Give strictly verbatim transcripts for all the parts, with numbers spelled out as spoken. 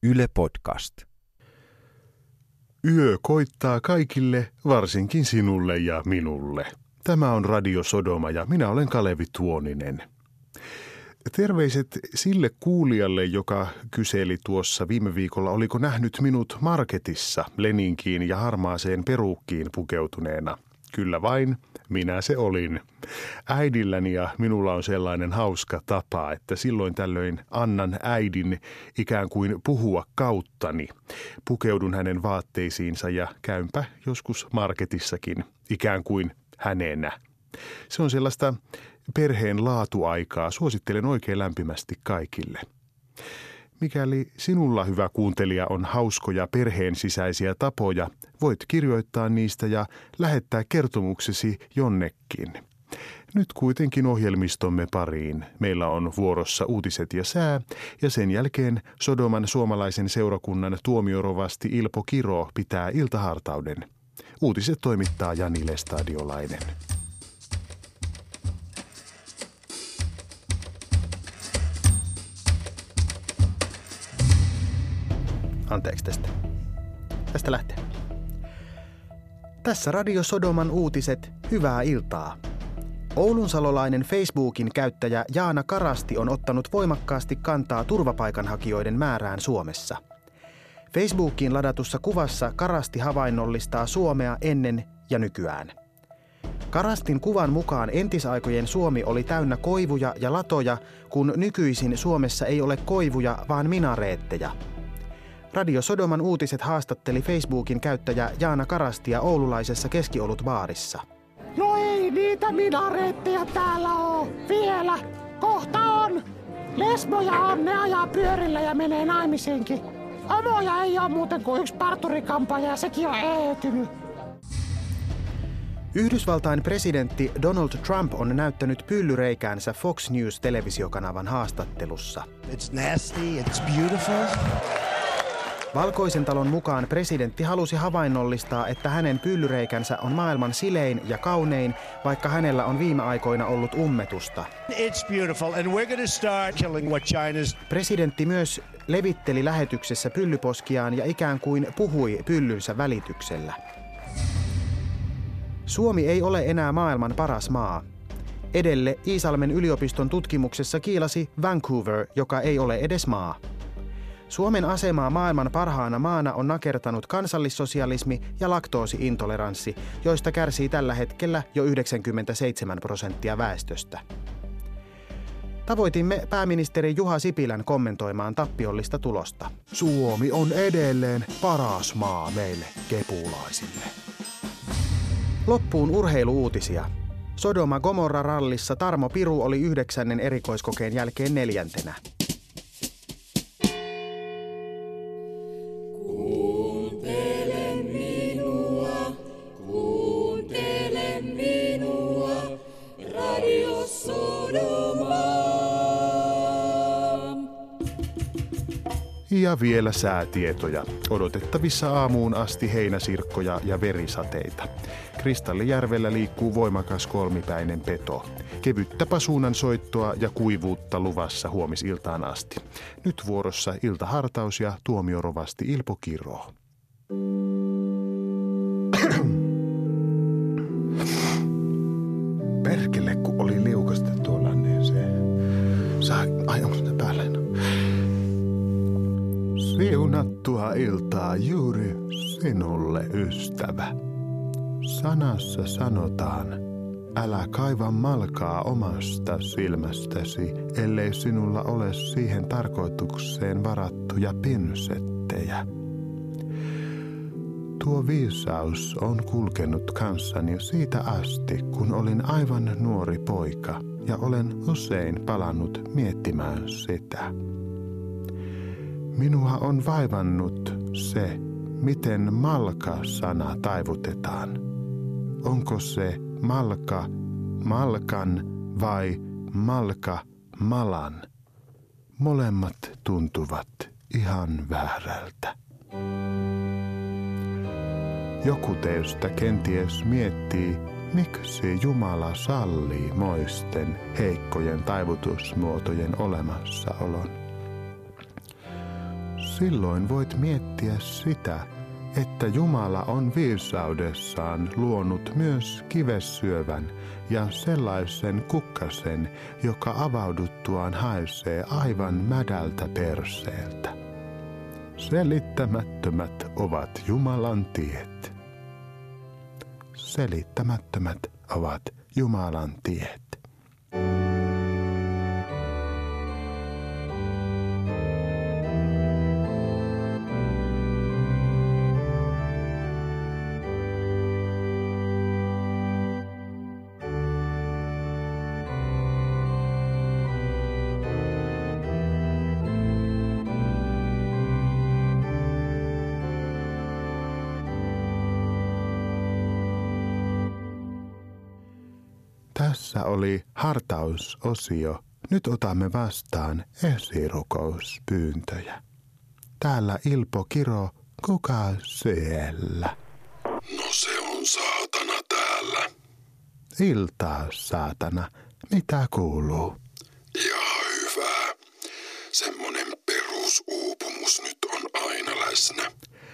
Yle Podcast. Yö koittaa kaikille, varsinkin sinulle ja minulle. Tämä on Radio Sodoma ja minä olen Kalevi Tuoninen. Terveiset sille kuulijalle, joka kyseli tuossa viime viikolla, oliko nähnyt minut marketissa leninkiin ja harmaaseen peruukkiin pukeutuneena. Kyllä vain, minä se olin. Äidilläni ja minulla on sellainen hauska tapa, että silloin tällöin annan äidin ikään kuin puhua kauttani. Pukeudun hänen vaatteisiinsa ja käympä joskus marketissakin ikään kuin hänenä. Se on sellaista perheen laatuaikaa. Suosittelen oikein lämpimästi kaikille. Mikäli sinulla, hyvä kuuntelija, on hauskoja perheen sisäisiä tapoja, voit kirjoittaa niistä ja lähettää kertomuksesi jonnekin. Nyt kuitenkin ohjelmistomme pariin. Meillä on vuorossa uutiset ja sää, ja sen jälkeen Sodoman suomalaisen seurakunnan tuomiorovasti Ilpo Kiro pitää iltahartauden. Uutiset toimittaa Jani Lestadiolainen. Anteeksi tästä. Tästä lähtee. Tässä Radio Sodoman uutiset. Hyvää iltaa. Oulunsalolainen Facebookin käyttäjä Jaana Karasti on ottanut voimakkaasti kantaa turvapaikanhakijoiden määrään Suomessa. Facebookiin ladatussa kuvassa Karasti havainnollistaa Suomea ennen ja nykyään. Karastin kuvan mukaan entisaikojen Suomi oli täynnä koivuja ja latoja, kun nykyisin Suomessa ei ole koivuja, vaan minareetteja. Radio Sodoman uutiset haastatteli Facebookin käyttäjä Jaana Karastia oululaisessa keskiolutbaarissa. No ei niitä minareetteja täällä oo. Vielä. Kohta on. Lesboja on, ne ajaa pyörillä ja menee naimisiinkin. Omoja ei oo muuten kuin yksi parturikampaaja ja sekin on eheytynyt. Yhdysvaltain presidentti Donald Trump on näyttänyt pyllyreikäänsä Fox News-televisiokanavan haastattelussa. It's nasty, it's beautiful. Valkoisen talon mukaan presidentti halusi havainnollistaa, että hänen pyllyreikänsä on maailman silein ja kaunein, vaikka hänellä on viime aikoina ollut ummetusta. It's beautiful and we're going to start killing what China's. Presidentti myös levitteli lähetyksessä pyllyposkiaan ja ikään kuin puhui pyllynsä välityksellä. Suomi ei ole enää maailman paras maa. Edelle Iisalmen yliopiston tutkimuksessa kiilasi Vancouver, joka ei ole edes maa. Suomen asemaa maailman parhaana maana on nakertanut kansallissosialismi ja laktoosiintoleranssi, joista kärsii tällä hetkellä jo yhdeksänkymmentäseitsemän prosenttia väestöstä. Tavoitimme pääministeri Juha Sipilän kommentoimaan tappiollista tulosta. Suomi on edelleen paras maa meille kepulaisille. Loppuun urheiluuutisia. Sodoma Gomorra rallissa Tarmo Piru oli yhdeksännen erikoiskokeen jälkeen neljäntenä. Ja vielä säätietoja. Odotettavissa aamuun asti heinäsirkkoja ja verisateita. Kristallijärvellä liikkuu voimakas kolmipäinen peto. Kevyttä pasuunan soittoa ja kuivuutta luvassa huomisiltaan asti. Nyt vuorossa iltahartaus ja tuomiorovasti Ilpo Kiro. Perkele, kun oli liukasta tuolla, niin se saa... Ai, onko sitä päällä? Siunattua iltaa juuri sinulle, ystävä. Sanassa sanotaan, älä kaiva malkaa omasta silmästäsi, ellei sinulla ole siihen tarkoitukseen varattuja pinsettejä. Tuo viisaus on kulkenut kanssani siitä asti, kun olin aivan nuori poika, ja olen usein palannut miettimään sitä. Minua on vaivannut se, miten malka-sana taivutetaan. Onko se malka malkan vai malka malan? Molemmat tuntuvat ihan väärältä. Joku teistä kenties miettii, miksi Jumala sallii moisten heikkojen taivutusmuotojen olemassaolon. silloin voit miettiä sitä, että Jumala on viisaudessaan luonut myös kivessyövän ja sellaisen kukkasen, joka avauduttuaan haisee aivan mädältä perseeltä. Selittämättömät ovat Jumalan tiet. Selittämättömät ovat Jumalan tiet. Tässä oli hartausosio. Nyt otamme vastaan esirukouspyyntöjä. Täällä Ilpo Kiro, kuka siellä? No se on saatana täällä. Iltaa, saatana. Mitä kuuluu? Ihan hyvää. Semmonen perusuupumus nyt on aina läsnä.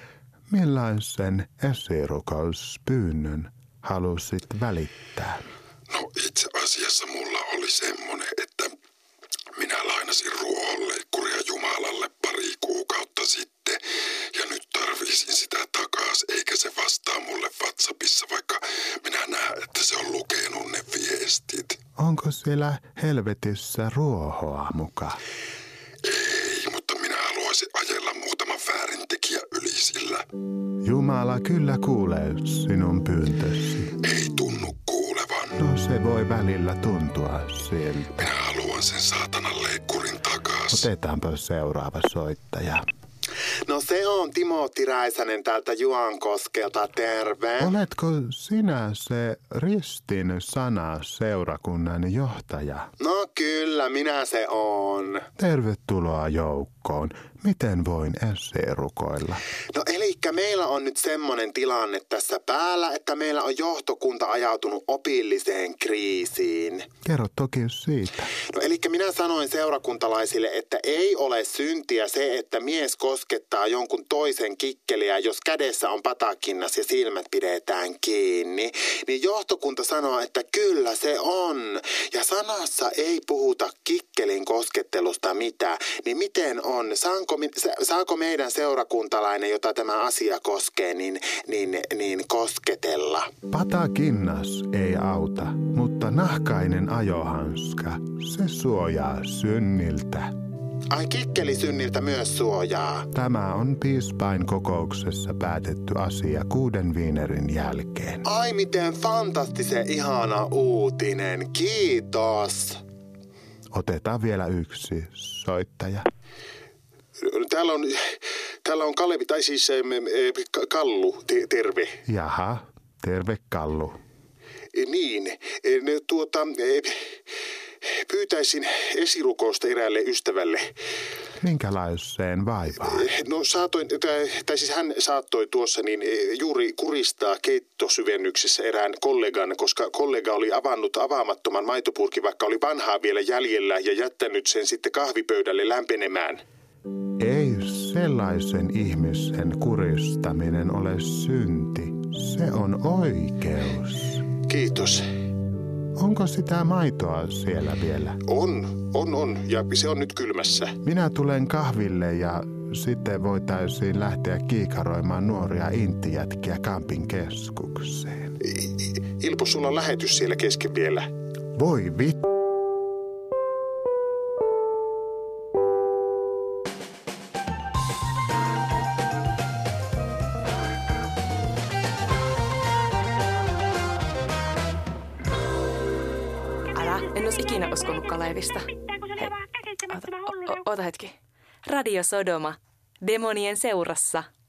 Millaisen esirukouspyynnön halusit välittää? No itse asiassa mulla oli semmonen, että minä lainasin ruohonleikkuria Jumalalle pari kuukautta sitten ja nyt tarvisin sitä takas, eikä se vastaa mulle WhatsAppissa, vaikka minä näen, että se on lukenut ne viestit. Onko siellä helvetissä ruohoa mukaan? Ei, mutta minä haluaisin ajella muutaman väärintekijä yli sillä. Jumala kyllä kuulee sinun pyyntösi. Ei tunnu kuulevan. No se voi välillä tuntua siltä. Minä haluan sen saatanan leikkurin takas. Otetaanpa seuraava soittaja. No se on Timootti Räisänen täältä Juankoskelta, terve. Oletko sinä se Ristin sana seurakunnan johtaja? No kyllä, minä se on. Tervetuloa joukkoon. Miten voin esirukoilla? No elikkä meillä on nyt semmonen tilanne tässä päällä, että meillä on johtokunta ajautunut opilliseen kriisiin. Kerro toki siitä. No elikkä minä sanoin seurakuntalaisille, että ei ole syntiä se, että mies koskettaa jonkun toisen kikkeliä, jos kädessä on patakinnas ja silmät pidetään kiinni. Niin johtokunta sanoo, että kyllä se on. Ja sanassa ei puhuta kikkelin koskettelusta mitään. Niin miten on? Saanko, saako meidän seurakuntalainen, jota tämä asia koskee, niin, niin, niin kosketella? Patakinnas ei auta, mutta nahkainen ajohanska, se suojaa synniltä. Ai kikkelisynniltä myös suojaa. Tämä on piispain kokouksessa päätetty asia kuuden viinerin jälkeen. Ai miten fantastisen ihana uutinen. Kiitos. Otetaan vielä yksi soittaja. Täällä on, täällä on Kalevi, tai siis äh, Kallu, te, terve. Jaha, terve Kallu. Niin, tuota, pyytäisin esirukousta eräälle ystävälle. Minkälaiseen vaivaan? No saatoin, tai, tai siis hän saattoi tuossa niin juuri kuristaa keittosyvennyksessä erään kollegan, koska kollega oli avannut avaamattoman maitopurkin, vaikka oli vanhaa vielä jäljellä ja jättänyt sen sitten kahvipöydälle lämpenemään. Ei sellaisen ihmisen kuristaminen ole synti. Se on oikeus. Kiitos. Onko sitä maitoa siellä vielä? On, on, on. Ja se on nyt kylmässä. Minä tulen kahville ja sitten voitaisiin lähteä kiikaroimaan nuoria inttijätkiä Kampin keskukseen. Ilpo, sulla on lähetys siellä kesken vielä. Voi vittu. En olisi ikinä uskonut Kalevista. Hei, ota, o, ota hetki. Radio Sodoma. Demonien seurassa.